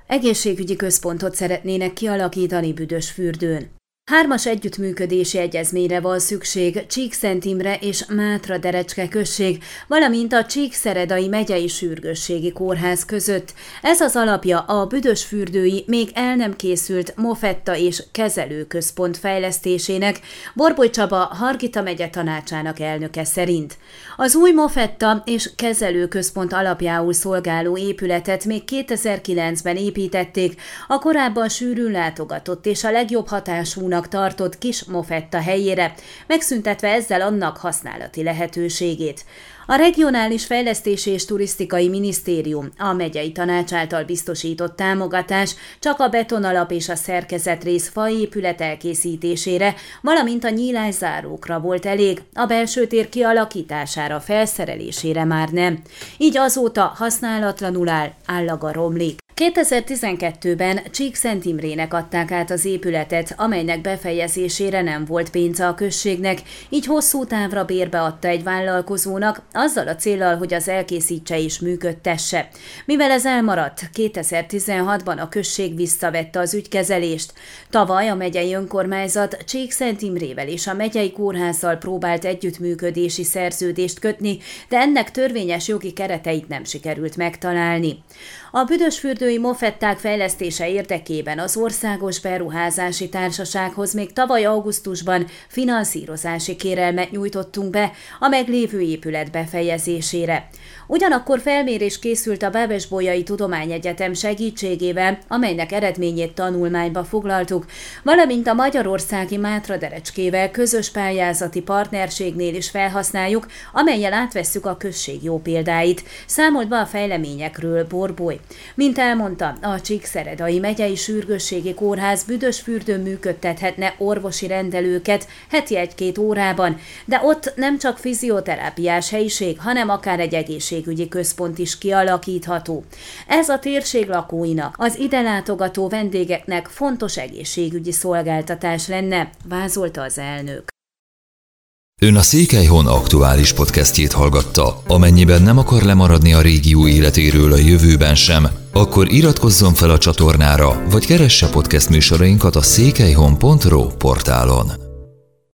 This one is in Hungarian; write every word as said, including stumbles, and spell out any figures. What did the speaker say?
Egészségügyi központot szeretnének kialakítani Büdösfürdőn. Hármas együttműködési egyezményre van szükség Csíkszent Imre és Mátra-Derecske község, valamint a Csíkszeredai megyei sürgősségi kórház között. Ez az alapja a büdösfürdői, még el nem készült Mofetta és kezelőközpont fejlesztésének, Borboly Csaba Hargita megye tanácsának elnöke szerint. Az új Mofetta és kezelőközpont alapjául szolgáló épületet még kétezer-kilencben építették, a korábban sűrűn látogatott és a legjobb hatásúnak tartott kis Mofetta helyére, megszüntetve ezzel annak használati lehetőségét. A Regionális Fejlesztési és Turisztikai Minisztérium a megyei tanács által biztosított támogatás csak a betonalap és a szerkezetrész faépület elkészítésére, valamint a nyílászárókra volt elég, a belső tér kialakítására, felszerelésére már nem. Így azóta használatlanul áll, állaga romlik. kétezer-tizenkettőben Csíkszent Imrének adták át az épületet, amelynek befejezésére nem volt pénze a községnek, így hosszú távra bérbe adta egy vállalkozónak, azzal a céllal, hogy az elkészítse és működtesse. Mivel ez elmaradt, kétezer-tizenhatban a község visszavette az ügykezelést. Tavaly a megyei önkormányzat Csíkszent Imrével és a megyei kórházzal próbált együttműködési szerződést kötni, de ennek törvényes jogi kereteit nem sikerült megtalálni. A büdösfürdői Mofetták fejlesztése érdekében az Országos Beruházási Társasághoz még tavaly augusztusban finanszírozási kérelmet nyújtottunk be a meglévő épület befejezésére. Ugyanakkor felmérés készült a Bábesbolyai Tudományegyetem segítségével, amelynek eredményét tanulmányba foglaltuk, valamint a magyarországi Mátra-Derecskével közös pályázati partnerségnél is felhasználjuk, amellyel átvesszük a község jó példáit, számolt be a fejleményekről Borboly. Mint elmondta, a Csíkszeredai megyei sürgősségi kórház Büdösfürdőn működtethetne orvosi rendelőket heti egy-két órában, de ott nem csak fizioterápiás helyiség, hanem akár egy egészségügyi központ is kialakítható. Ez a térség lakóinak, az ide látogató vendégeknek fontos egészségügyi szolgáltatás lenne, vázolta az elnök. Ön a Székelyhon aktuális podcastjét hallgatta. Amennyiben nem akar lemaradni a régió életéről a jövőben sem, akkor iratkozzon fel a csatornára, vagy keresse podcast műsorainkat a székelyhon pont ro portálon.